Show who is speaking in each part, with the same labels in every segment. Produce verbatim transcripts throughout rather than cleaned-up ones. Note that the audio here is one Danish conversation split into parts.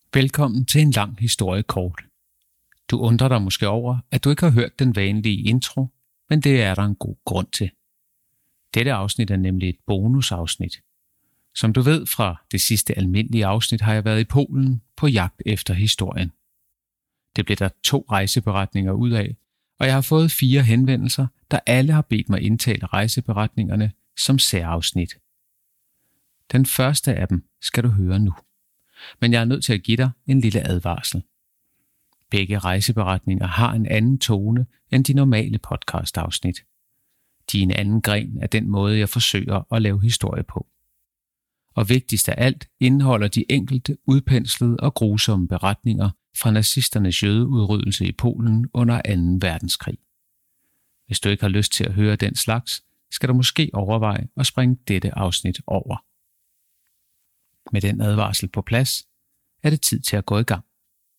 Speaker 1: Velkommen til en lang historie kort. Du undrer dig måske over, at du ikke har hørt den vanlige intro, men det er der en god grund til. Dette afsnit er nemlig et bonusafsnit. Som du ved fra det sidste almindelige afsnit, har jeg været i Polen på jagt efter historien. Det blev der to rejseberetninger ud af, og jeg har fået fire henvendelser, der alle har bedt mig indtale rejseberetningerne som særafsnit. Den første af dem skal du høre nu. Men jeg er nødt til at give dig en lille advarsel. Begge rejseberetninger har en anden tone end de normale podcastafsnit. De er en anden gren af den måde, jeg forsøger at lave historie på. Og vigtigst af alt indeholder de enkelte udpenslede og grusomme beretninger fra nazisternes jødeudryddelse i Polen under anden verdenskrig. Hvis du ikke har lyst til at høre den slags, skal du måske overveje at springe dette afsnit over. Med den advarsel på plads, er det tid til at gå i gang.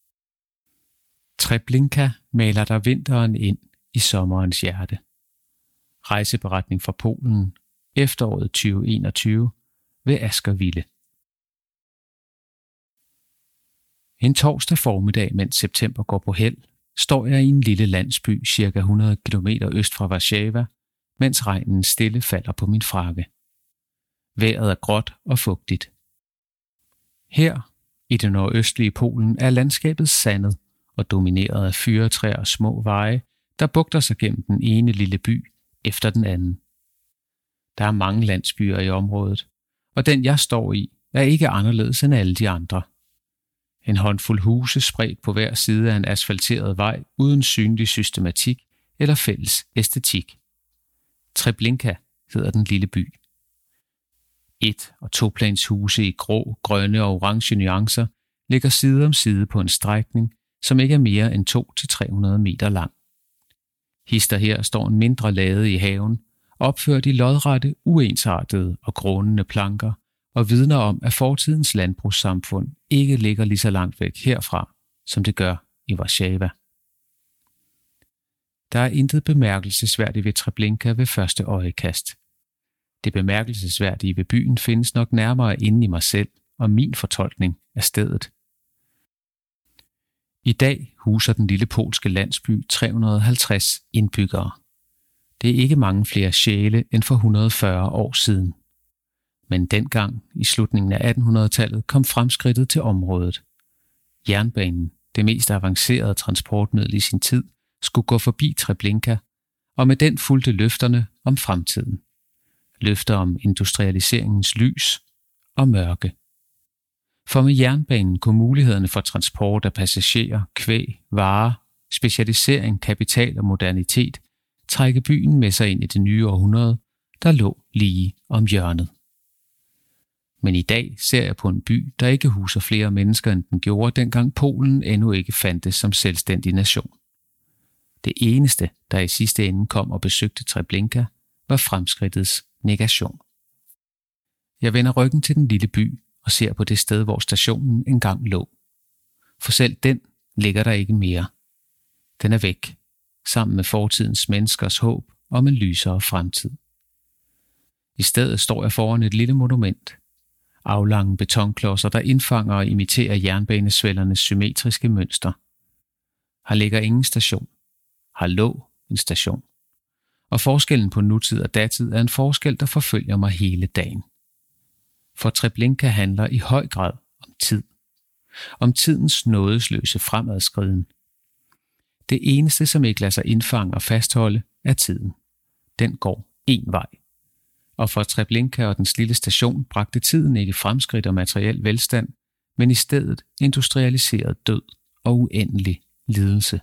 Speaker 1: Treblinka maler dig vinteren ind i sommerens hjerte. Rejseberetning fra Polen, efteråret tyve enogtyve ved Asger Ville. En torsdag formiddag, mens september går på held, står jeg i en lille landsby cirka hundrede kilometer øst fra Warszawa, mens regnen stille falder på min frakke. Vejret er gråt og fugtigt. Her, i det nordøstlige Polen, er landskabet sandet og domineret af fyrretræer og små veje, der bugter sig gennem den ene lille by efter den anden. Der er mange landsbyer i området, og den jeg står i er ikke anderledes end alle de andre. En håndfuld huse spredt på hver side af en asfalteret vej uden synlig systematik eller fælles æstetik. Treblinka hedder den lille by. Et- og toplanshuse i grå, grønne og orange nuancer ligger side om side på en strækning, som ikke er mere end to til tre hundrede meter lang. Hister her står en mindre lade i haven, opført i lodrette, uensartede og grånende planker, og vidner om, at fortidens landbrugssamfund ikke ligger lige så langt væk herfra, som det gør i Warszawa. Der er intet bemærkelsesværdigt ved Treblinka ved første øjekast. Det bemærkelsesværdige ved byen findes nok nærmere inde i mig selv og min fortolkning af stedet. I dag huser den lille polske landsby tre hundrede og halvtreds indbyggere. Det er ikke mange flere sjæle end for et hundrede og fyrre år siden. Men dengang, i slutningen af attenhundredetallet, kom fremskridtet til området. Jernbanen, det mest avancerede transportmiddel i sin tid, skulle gå forbi Treblinka, og med den fulgte løfterne om fremtiden. Løfter om industrialiseringens lys og mørke. For med jernbanen kunne mulighederne for transport af passagerer, kvæg, varer, specialisering, kapital og modernitet trække byen med sig ind i det nye århundrede, der lå lige om hjørnet. Men i dag ser jeg på en by, der ikke huser flere mennesker, end den gjorde, dengang Polen endnu ikke fandtes som selvstændig nation. Det eneste, der i sidste ende kom og besøgte Treblinka, var fremskridtets negation. Jeg vender ryggen til den lille by og ser på det sted, hvor stationen engang lå. For selv den ligger der ikke mere. Den er væk, sammen med fortidens menneskers håb om en lysere fremtid. I stedet står jeg foran et lille monument. Aflange betonklodser, der indfanger og imiterer jernbanesvældernes symmetriske mønster. Her ligger ingen station. Her lå en station. Og forskellen på nutid og datid er en forskel, der forfølger mig hele dagen. For Treblinka handler i høj grad om tid. Om tidens nådesløse fremadskriden. Det eneste, som ikke lader sig indfange og fastholde, er tiden. Den går én vej. Og for Treblinka og dens lille station bragte tiden ikke fremskridt og materiel velstand, men i stedet industrialiseret død og uendelig lidelse.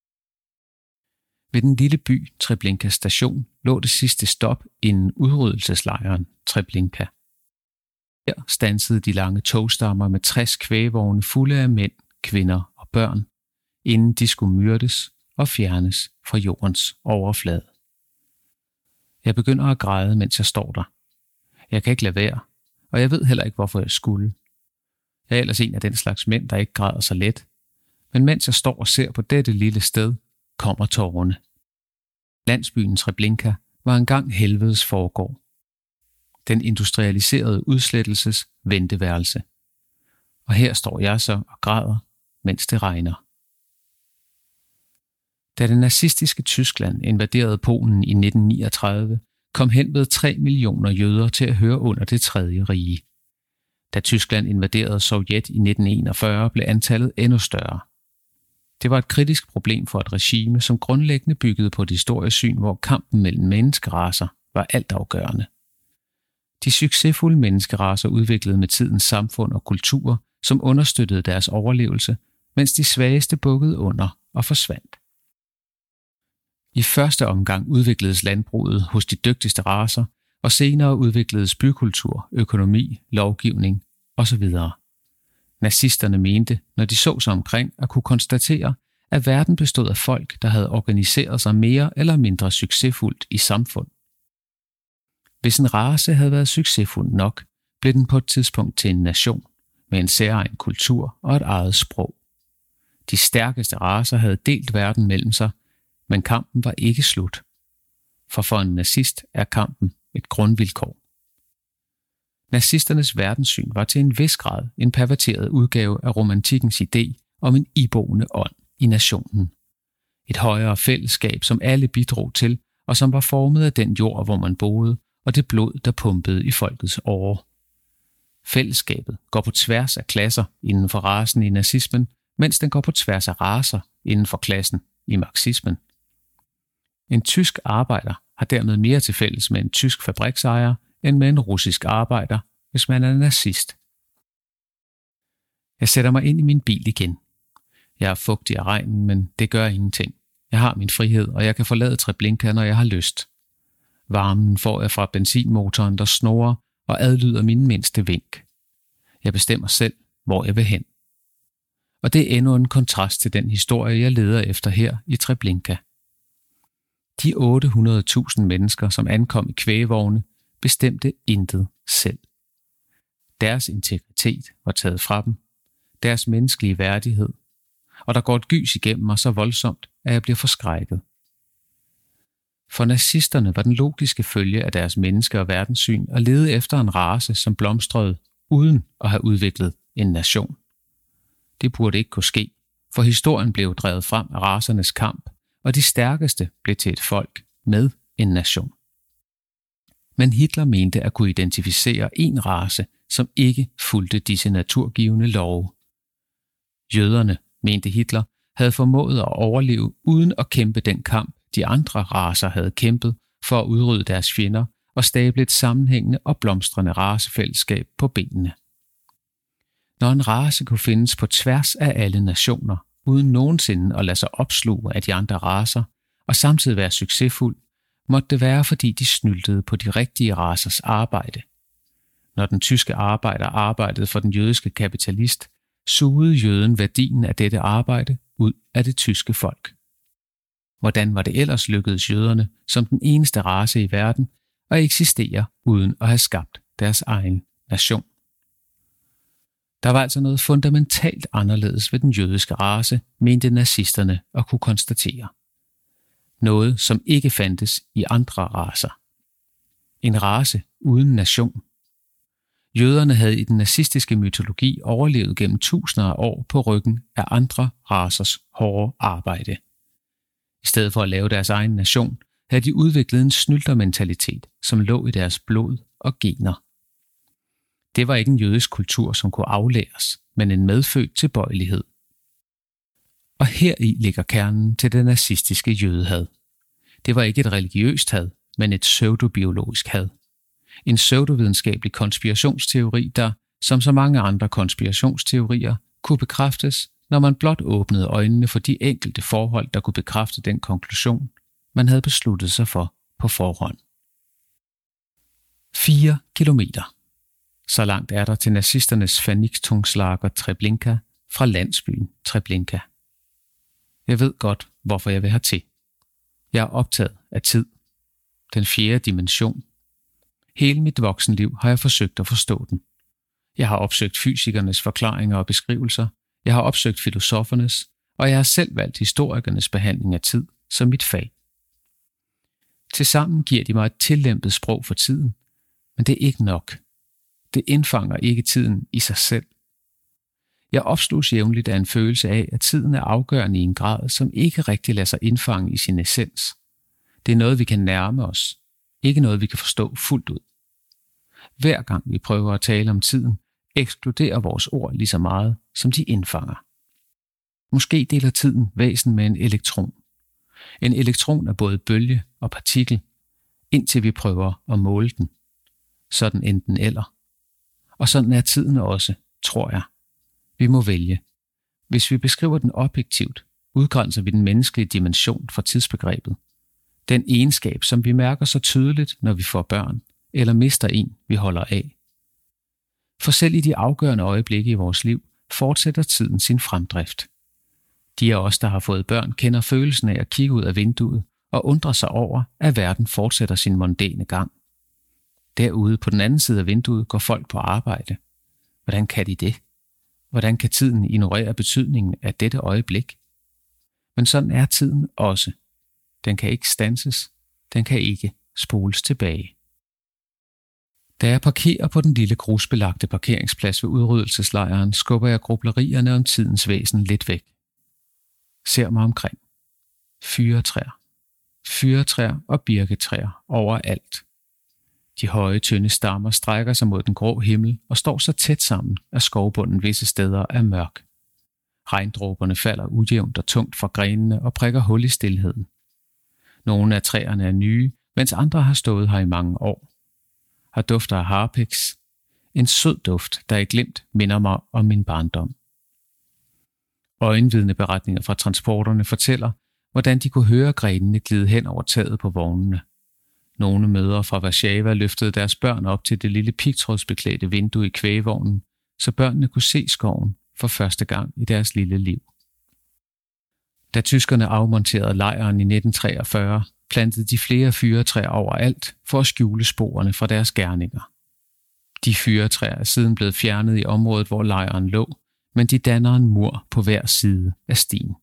Speaker 1: Ved den lille by Treblinka station lå det sidste stop inden udryddelseslejren Treblinka. Her stansede de lange togstammer med tres kvægvogne fulde af mænd, kvinder og børn, inden de skulle myrdes og fjernes fra jordens overflade. Jeg begynder at græde, mens jeg står der. Jeg kan ikke lade være, og jeg ved heller ikke, hvorfor jeg skulle. Jeg er ellers en af den slags mænd, der ikke græder så let. Men mens jeg står og ser på dette lille sted, kommer tårerne. Landsbyen Treblinka var engang helvedes forgård. Den industrialiserede udslettelses venteværelse. og her står jeg så og græder, mens det regner. Da det nazistiske Tyskland invaderede Polen i nitten niogtredive, kom henved tre millioner jøder til at høre under det tredje rige. Da Tyskland invaderede Sovjet i nitten enogfyrre, blev antallet endnu større. Det var et kritisk problem for et regime, som grundlæggende byggede på et historiesyn, hvor kampen mellem menneskeracer var altafgørende. De succesfulde menneskeracer udviklede med tiden samfund og kulturer, som understøttede deres overlevelse, mens de svageste bukkede under og forsvandt. I første omgang udvikledes landbruget hos de dygtigste racer, og senere udvikledes bykultur, økonomi, lovgivning osv. Nazisterne mente, når de så sig omkring, at kunne konstatere, at verden bestod af folk, der havde organiseret sig mere eller mindre succesfuldt i samfund. Hvis en race havde været succesfuld nok, blev den på et tidspunkt til en nation, med en særegen kultur og et eget sprog. De stærkeste racer havde delt verden mellem sig, men kampen var ikke slut. For for en nazist er kampen et grundvilkår. Nazisternes verdenssyn var til en vis grad en perverteret udgave af romantikkens idé om en iboende ånd i nationen. Et højere fællesskab, som alle bidrog til, og som var formet af den jord, hvor man boede, og det blod, der pumpede i folkets åre. Fællesskabet går på tværs af klasser inden for racen i nazismen, mens den går på tværs af racer inden for klassen i marxismen. En tysk arbejder har dermed mere til fælles med en tysk fabriksejer, end med en russisk arbejder, hvis man er nazist. Jeg sætter mig ind i min bil igen. Jeg er fugtig af regnen, men det gør ingenting. Jeg har min frihed, og jeg kan forlade Treblinka, når jeg har lyst. Varmen får jeg fra benzinmotoren, der snurrer og adlyder min mindste vink. Jeg bestemmer selv, hvor jeg vil hen. Og det er endnu en kontrast til den historie, jeg leder efter her i Treblinka. De otte hundrede tusind mennesker, som ankom i kvægevogne, bestemte intet selv. Deres integritet var taget fra dem, deres menneskelige værdighed, og der går et gys igennem mig så voldsomt, at jeg bliver forskrækket. For nazisterne var den logiske følge af deres menneske- og verdenssyn at lede efter en race, som blomstrede uden at have udviklet en nation. Det burde ikke kunne ske, for historien blev drevet frem af racernes kamp, og de stærkeste blev til et folk med en nation. Men Hitler mente at kunne identificere en race, som ikke fulgte disse naturgivende love. Jøderne, mente Hitler, havde formået at overleve uden at kæmpe den kamp, de andre racer havde kæmpet for at udrydde deres fjender og stable et sammenhængende og blomstrende racefællesskab på benene. Når en race kunne findes på tværs af alle nationer, uden nogensinde at lade sig opsluge af de andre racer, og samtidig være succesfuld, måtte det være, fordi de snyltede på de rigtige racers arbejde. Når den tyske arbejder arbejdede for den jødiske kapitalist, sugede jøden værdien af dette arbejde ud af det tyske folk. Hvordan var det ellers lykkedes jøderne som den eneste race i verden at eksistere uden at have skabt deres egen nation? Der var altså noget fundamentalt anderledes ved den jødiske race, mente nazisterne at kunne konstatere. Noget, som ikke fandtes i andre racer. En race uden nation. Jøderne havde i den nazistiske mytologi overlevet gennem tusinder af år på ryggen af andre racers hårde arbejde. I stedet for at lave deres egen nation, havde de udviklet en snyltermentalitet, som lå i deres blod og gener. Det var ikke en jødisk kultur, som kunne aflæres, men en medfødt tilbøjelighed. Og heri ligger kernen til det nazistiske jødehad. Det var ikke et religiøst had, men et pseudobiologisk had. En pseudovidenskabelig konspirationsteori, der, som så mange andre konspirationsteorier, kunne bekræftes, når man blot åbnede øjnene for de enkelte forhold, der kunne bekræfte den konklusion, man havde besluttet sig for på forhånd. Fire kilometer. Så langt er der til nazisternes Vernichtungslager Treblinka fra landsbyen Treblinka. Jeg ved godt, hvorfor jeg vil hertil. Jeg er optaget af tid. Den fjerde dimension. Hele mit voksenliv har jeg forsøgt at forstå den. Jeg har opsøgt fysikernes forklaringer og beskrivelser. Jeg har opsøgt filosofernes, og jeg har selv valgt historikernes behandling af tid som mit fag. Tilsammen giver de mig et tillempet sprog for tiden, men det er ikke nok. Det indfanger ikke tiden i sig selv. Jeg opsluges jævnligt af en følelse af, at tiden er afgørende i en grad, som ikke rigtig lader sig indfange i sin essens. Det er noget, vi kan nærme os, ikke noget, vi kan forstå fuldt ud. Hver gang vi prøver at tale om tiden, ekskluderer vores ord lige så meget, som de indfanger. Måske deler tiden væsen med en elektron. En elektron er både bølge og partikel, indtil vi prøver at måle den. Sådan enten eller. Og sådan er tiden også, tror jeg. Vi må vælge. Hvis vi beskriver den objektivt, udgrænser vi den menneskelige dimension fra tidsbegrebet. Den egenskab, som vi mærker så tydeligt, når vi får børn, eller mister en, vi holder af. For selv i de afgørende øjeblikke i vores liv, fortsætter tiden sin fremdrift. De af os, der har fået børn, kender følelsen af at kigge ud af vinduet og undre sig over, at verden fortsætter sin mondæne gang. Derude på den anden side af vinduet går folk på arbejde. Hvordan kan de det? Hvordan kan tiden ignorere betydningen af dette øjeblik? Men sådan er tiden også. Den kan ikke standses. Den kan ikke spoles tilbage. Da jeg parkerer på den lille grusbelagte parkeringsplads ved udryddelseslejren, skubber jeg grublerierne om tidens væsen lidt væk. Ser mig omkring. Fyretræer. Fyretræer og birketræer overalt. De høje, tynde stammer strækker sig mod den grå himmel og står så tæt sammen, at skovbunden visse steder er mørk. Regndråberne falder ujævnt og tungt fra grenene og prikker hul i stilheden. Nogle af træerne er nye, mens andre har stået her i mange år. Har dufter af harpiks. En sød duft, der i glimt minder mig om min barndom. Øjenvidneberetninger fra transporterne fortæller, hvordan de kunne høre grenene glide hen over taget på vognene. Nogle mødre fra Warszawa løftede deres børn op til det lille pigtrådsbeklædte vindue i kvægevognen, så børnene kunne se skoven for første gang i deres lille liv. Da tyskerne afmonterede lejren i nitten treogfyrre, plantede de flere fyretræer overalt for at skjule sporene fra deres gerninger. De fyretræer er siden blevet fjernet i området, hvor lejren lå, men de danner en mur på hver side af stien.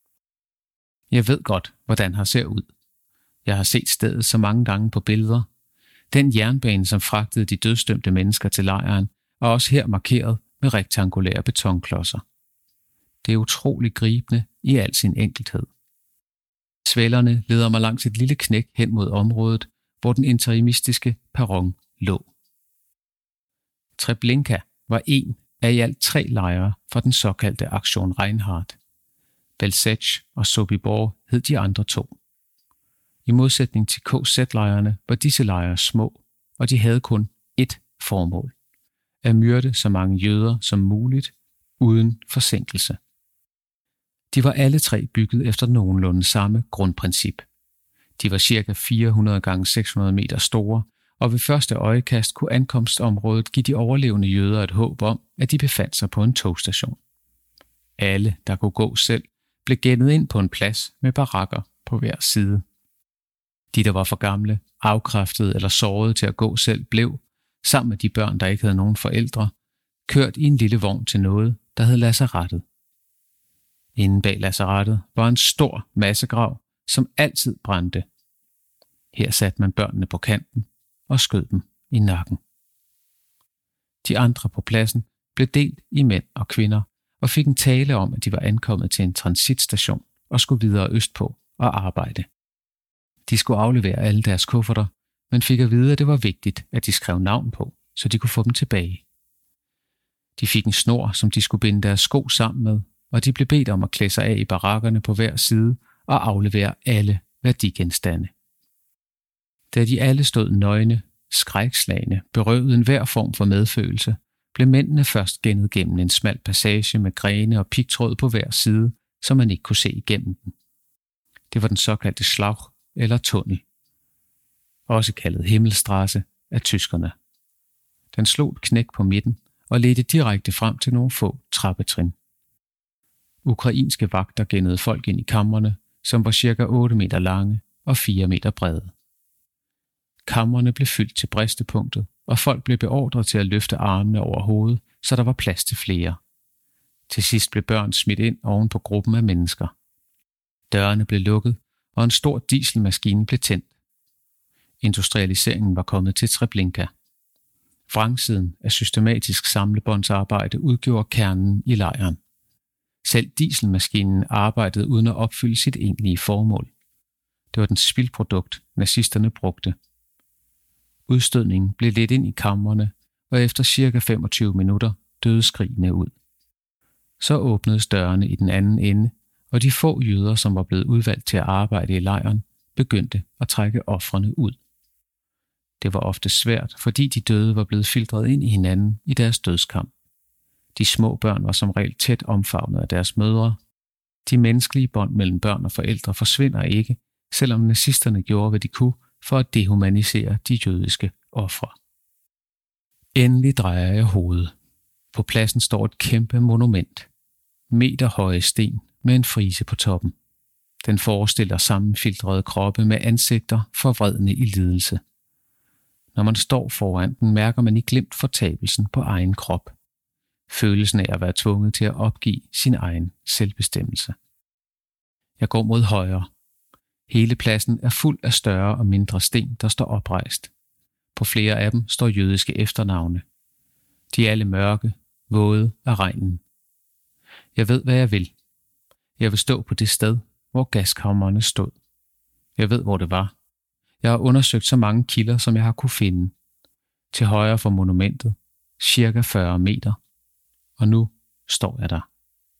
Speaker 1: Jeg ved godt, hvordan her ser ud. Jeg har set stedet så mange gange på billeder. Den jernbane, som fragtede de dødsdømte mennesker til lejren, er også her markeret med rektangulære betonklodser. Det er utroligt gribende i al sin enkelhed. Svællerne leder mig langs et lille knæk hen mod området, hvor den interimistiske perron lå. Treblinka var en af i alt tre lejre fra den såkaldte Aktion Reinhardt. Belzec og Sobibor hed de andre to. I modsætning til K Z-lejrene var disse lejre små, og de havde kun ét formål: at myrde så mange jøder som muligt, uden forsinkelse. De var alle tre bygget efter nogenlunde samme grundprincip. De var ca. fire hundrede gange seks hundrede meter store, og ved første øjekast kunne ankomstområdet give de overlevende jøder et håb om, at de befandt sig på en togstation. Alle, der kunne gå selv, blev gennet ind på en plads med barakker på hver side. De, der var for gamle, afkræftede eller sårede til at gå selv, blev, sammen med de børn, der ikke havde nogen forældre, kørt i en lille vogn til noget, der hed lazarettet. Inden bag lazarettet var en stor massegrav, som altid brændte. Her satte man børnene på kanten og skød dem i nakken. De andre på pladsen blev delt i mænd og kvinder og fik en tale om, at de var ankommet til en transitstation og skulle videre østpå og arbejde. De skulle aflevere alle deres kufferter, men fik at vide, at det var vigtigt, at de skrev navn på, så de kunne få dem tilbage. De fik en snor, som de skulle binde deres sko sammen med, og de blev bedt om at klæde sig af i barakkerne på hver side og aflevere alle værdigenstande. Da de alle stod nøgne, skrækslagne, berøvet enhver form for medfølelse, blev mændene først gennet gennem en smal passage med grene og pigtråd på hver side, så man ikke kunne se igennem den. Det var den såkaldte Schlauch eller tunnel, også kaldet Himmelstraße af tyskerne. Den slog et knæk på midten og ledte direkte frem til nogle få trappetrin. Ukrainske vagter gennede folk ind i kamrene, som var cirka otte meter lange og fire meter brede. Kamrene blev fyldt til bristepunktet, og folk blev beordret til at løfte armene over hovedet, så der var plads til flere. Til sidst blev børn smidt ind oven på gruppen af mennesker. Dørene blev lukket, og en stor dieselmaskine blev tændt. Industrialiseringen var kommet til Treblinka. Vrangsiden af systematisk samlebåndsarbejde udgjorde kernen i lejren. Selv dieselmaskinen arbejdede uden at opfylde sit egentlige formål. Det var den spildprodukt, nazisterne brugte. Udstødningen blev ledt ind i kamrene, og efter cirka femogtyve minutter døde skrigene ud. Så åbnedes dørene i den anden ende, og de få jøder, som var blevet udvalgt til at arbejde i lejren, begyndte at trække ofrene ud. Det var ofte svært, fordi de døde var blevet filtreret ind i hinanden i deres dødskamp. De små børn var som regel tæt omfavnet af deres mødre. De menneskelige bånd mellem børn og forældre forsvinder ikke, selvom nazisterne gjorde, hvad de kunne for at dehumanisere de jødiske ofre. Endelig drejer jeg hovedet. På pladsen står et kæmpe monument. Meterhøje sten med en frise på toppen. Den forestiller sammenfiltrede kroppe med ansigter forvredne i lidelse. Når man står foran den, mærker man i glimt fortabelsen på egen krop. Følelsen af at være tvunget til at opgive sin egen selvbestemmelse. Jeg går mod højre. Hele pladsen er fuld af større og mindre sten, der står oprejst. På flere af dem står jødiske efternavne. De er alle mørke, våde af regnen. Jeg ved, hvad jeg vil. Jeg vil stå på det sted, hvor gaskamrene stod. Jeg ved, hvor det var. Jeg har undersøgt så mange kilder, som jeg har kunne finde. Til højre for monumentet, cirka fyrre meter. Og nu står jeg der.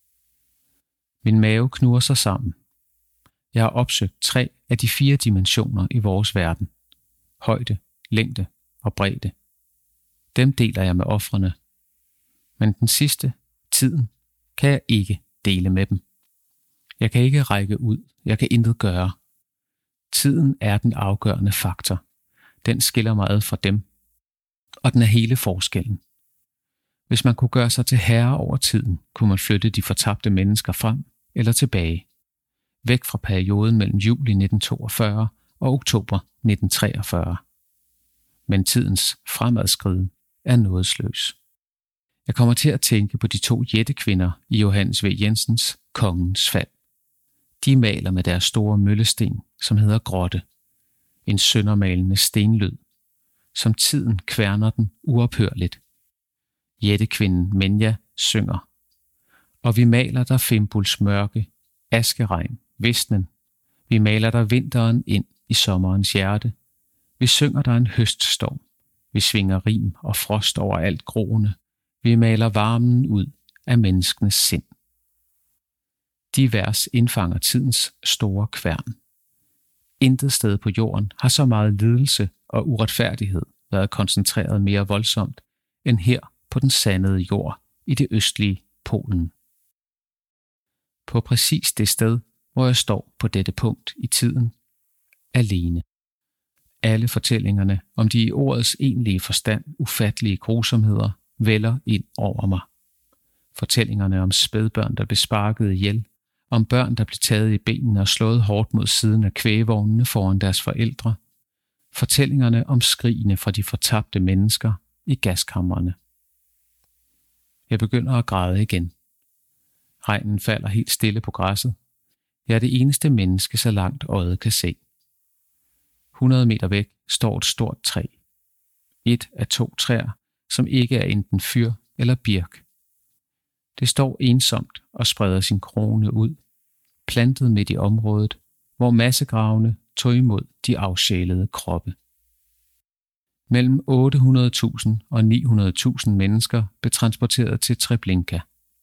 Speaker 1: Min mave knurrer sig sammen. Jeg har opsøgt tre af de fire dimensioner i vores verden. Højde, længde og bredde. Dem deler jeg med ofrene. Men den sidste, tiden, kan jeg ikke dele med dem. Jeg kan ikke række ud. Jeg kan intet gøre. Tiden er den afgørende faktor. Den skiller mig ad fra dem. Og den er hele forskellen. Hvis man kunne gøre sig til herre over tiden, kunne man flytte de fortabte mennesker frem eller tilbage. Væk fra perioden mellem juli nitten toogfyrre og oktober nitten treogfyrre. Men tidens fremadskriden er nådesløs. Jeg kommer til at tænke på de to jættekvinder i Johannes V. Jensens Kongens Fald. De maler med deres store møllesten, som hedder grotte. En søndermalende stenlyd. Som tiden kværner den uophørligt. Jættekvinden Menja synger. Og vi maler der Fimbuls mørke, askeregn, visnen. Vi maler der vinteren ind i sommerens hjerte. Vi synger der en høststorm. Vi svinger rim og frost over alt groende. Vi maler varmen ud af menneskenes sind. De vers indfanger tidens store kværn. Intet sted på jorden har så meget lidelse og uretfærdighed været koncentreret mere voldsomt end her på den sandede jord i det østlige Polen. På præcis det sted, hvor jeg står på dette punkt i tiden, alene. Alle fortællingerne om de i ordets egentlige forstand ufattelige grusomheder vælder ind over mig. Fortællingerne om spædbørn, der blev sparket ihjel, om børn, der blev taget i benene og slået hårdt mod siden af kvægevognene foran deres forældre. Fortællingerne om skrigene fra de fortabte mennesker i gaskamrene. Jeg begynder at græde igen. Regnen falder helt stille på græsset. Jeg er det eneste menneske, så langt øjet kan se. hundrede meter væk står et stort træ. Et af to træer, som ikke er enten fyr eller birk. Det står ensomt og spreder sin krone ud, plantet midt i området, hvor massegravene tog imod de afsjælede kroppe. Mellem otte hundrede tusind og ni hundrede tusind mennesker blev transporteret til Treblinka.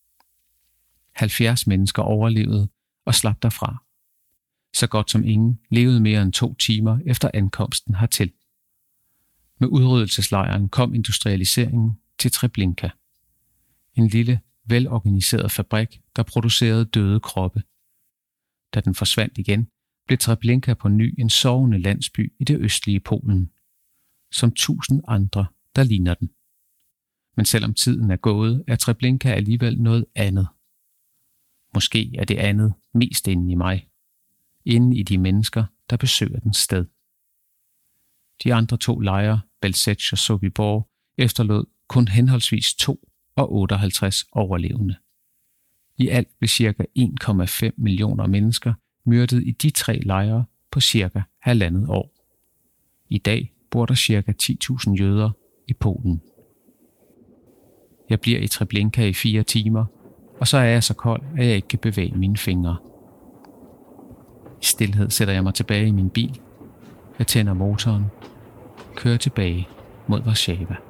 Speaker 1: halvfjerds mennesker overlevede og slap derfra. Så godt som ingen levede mere end to timer efter ankomsten hertil. Med udryddelseslejren kom industrialiseringen til Treblinka. En lille, velorganiseret fabrik, der producerede døde kroppe. Da den forsvandt igen, blev Treblinka på ny en sovende landsby i det østlige Polen. Som tusind andre, der ligner den. Men selvom tiden er gået, er Treblinka alligevel noget andet. Måske er det andet mest inde i mig. Inde i de mennesker, der besøger den sted. De andre to lejre, Belzec og Sobibor, efterlod kun henholdsvis to og otteoghalvtreds overlevende. I alt blev ca. en komma fem millioner mennesker myrdet i de tre lejre på ca. halvandet år. I dag bor der ca. ti tusind jøder i Polen. Jeg bliver i Treblinka i fire timer, og så er jeg så kold, at jeg ikke kan bevæge mine fingre. I stilhed sætter jeg mig tilbage i min bil. Jeg tænder motoren, kører tilbage mod Warszawa.